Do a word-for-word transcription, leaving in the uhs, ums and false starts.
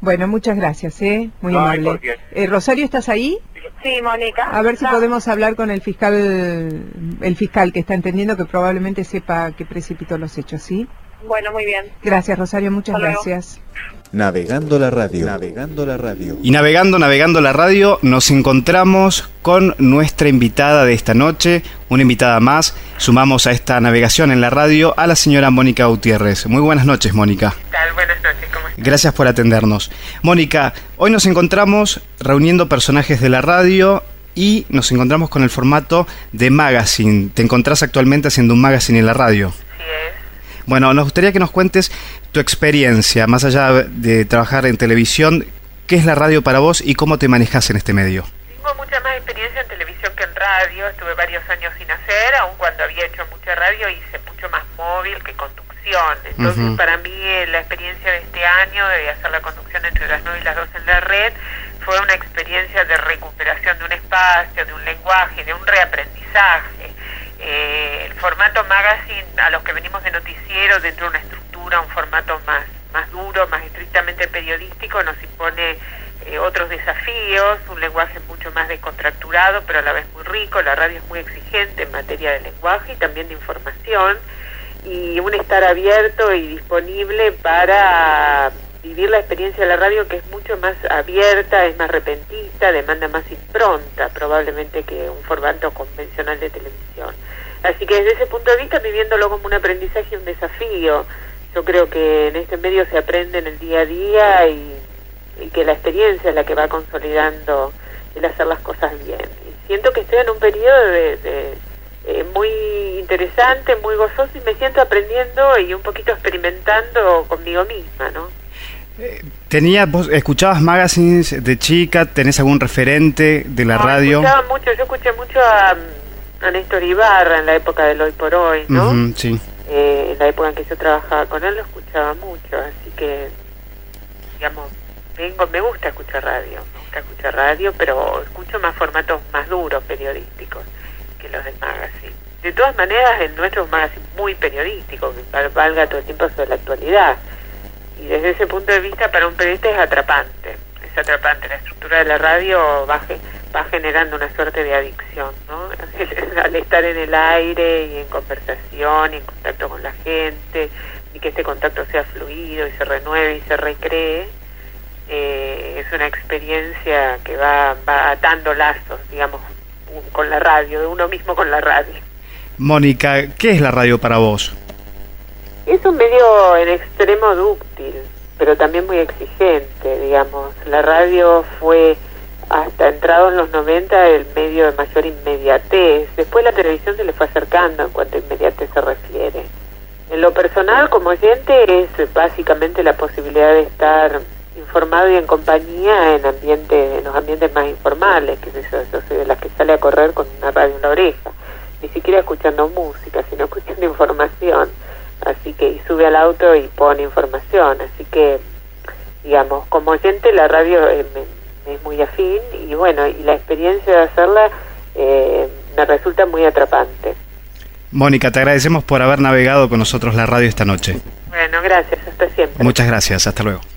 Bueno, muchas gracias, ¿eh? Muy No, amable. Eh, Rosario, ¿estás ahí? Sí, Mónica. A ver si podemos hablar con el fiscal, el fiscal que está entendiendo que probablemente sepa que precipitó los hechos, ¿sí? Bueno, muy bien. Gracias, Rosario, muchas Hasta luego. gracias. Navegando la radio, navegando la radio. Y navegando, navegando la radio, nos encontramos con nuestra invitada de esta noche, una invitada más. Sumamos a esta navegación en la radio a la señora Mónica Gutiérrez. Muy buenas noches, Mónica. ¿Qué tal? Buenas noches, ¿cómo estás? Gracias por atendernos. Mónica, hoy nos encontramos reuniendo personajes de la radio y nos encontramos con el formato de magazine. Te encontrás actualmente haciendo un magazine en la radio. Sí es. Bueno, nos gustaría que nos cuentes tu experiencia, más allá de trabajar en televisión, ¿qué es la radio para vos y cómo te manejas en este medio? Tengo mucha más experiencia en televisión que en radio, estuve varios años sin hacer, aun cuando había hecho mucha radio hice mucho más móvil que conducción. Entonces uh-huh. para mí la experiencia de este año de hacer la conducción entre las nueve y las doce en la red fue una experiencia de recuperación de un espacio, de un lenguaje, de un reaprendizaje. Eh, el formato magazine, a los que venimos de noticiero, dentro de una estructura, un formato más, más duro, más estrictamente periodístico, nos impone eh, otros desafíos, un lenguaje mucho más descontracturado, pero a la vez muy rico. La radio es muy exigente en materia de lenguaje y también de información, y un estar abierto y disponible para vivir la experiencia de la radio, que es mucho más abierta, es más repentista, demanda más impronta probablemente que un formato convencional de televisión. Así que desde ese punto de vista, viviéndolo como un aprendizaje y un desafío, yo creo que en este medio se aprende en el día a día y, y que la experiencia es la que va consolidando el hacer las cosas bien. Y siento que estoy en un periodo de, de eh, muy interesante, muy gozoso, y me siento aprendiendo y un poquito experimentando conmigo misma, ¿no? Tenía, vos escuchabas magazines de chica, ¿tenés algún referente de la no, radio? Escuchaba mucho, yo escuché mucho a, a Néstor Ibarra en la época del Hoy por Hoy, ¿no? Uh-huh, sí. Eh, en la época en que yo trabajaba con él lo escuchaba mucho, así que, digamos, vengo, me gusta escuchar radio, me gusta escuchar radio, pero escucho más formatos más duros periodísticos que los del magazine. De todas maneras, el nuestro es un magazine muy periodístico, que valga todo el tiempo sobre la actualidad. Y desde ese punto de vista, para un periodista es atrapante, es atrapante. La estructura de la radio va, va generando una suerte de adicción, ¿no? Al estar en el aire y en conversación y en contacto con la gente, y que este contacto sea fluido y se renueve y se recree, eh, es una experiencia que va, va atando lazos, digamos, con la radio, de uno mismo con la radio. Mónica, ¿qué es la radio para vos? Es un medio en extremo dúctil, pero también muy exigente, digamos. La radio fue, hasta entrado en los noventa, el medio de mayor inmediatez. Después la televisión se le fue acercando en cuanto a inmediatez se refiere. En lo personal, como oyente, es básicamente la posibilidad de estar informado y en compañía en ambientes, en los ambientes más informales, que es eso, yo soy de las que sale a correr con una radio en la oreja, ni siquiera escuchando música, sino escuchando información. Así que y sube al auto y pone información, así que, digamos, como oyente la radio eh, me, es muy afín, y bueno, y la experiencia de hacerla eh, me resulta muy atrapante. Mónica, te agradecemos por haber navegado con nosotros la radio esta noche. Bueno, gracias, hasta siempre. Muchas gracias, hasta luego.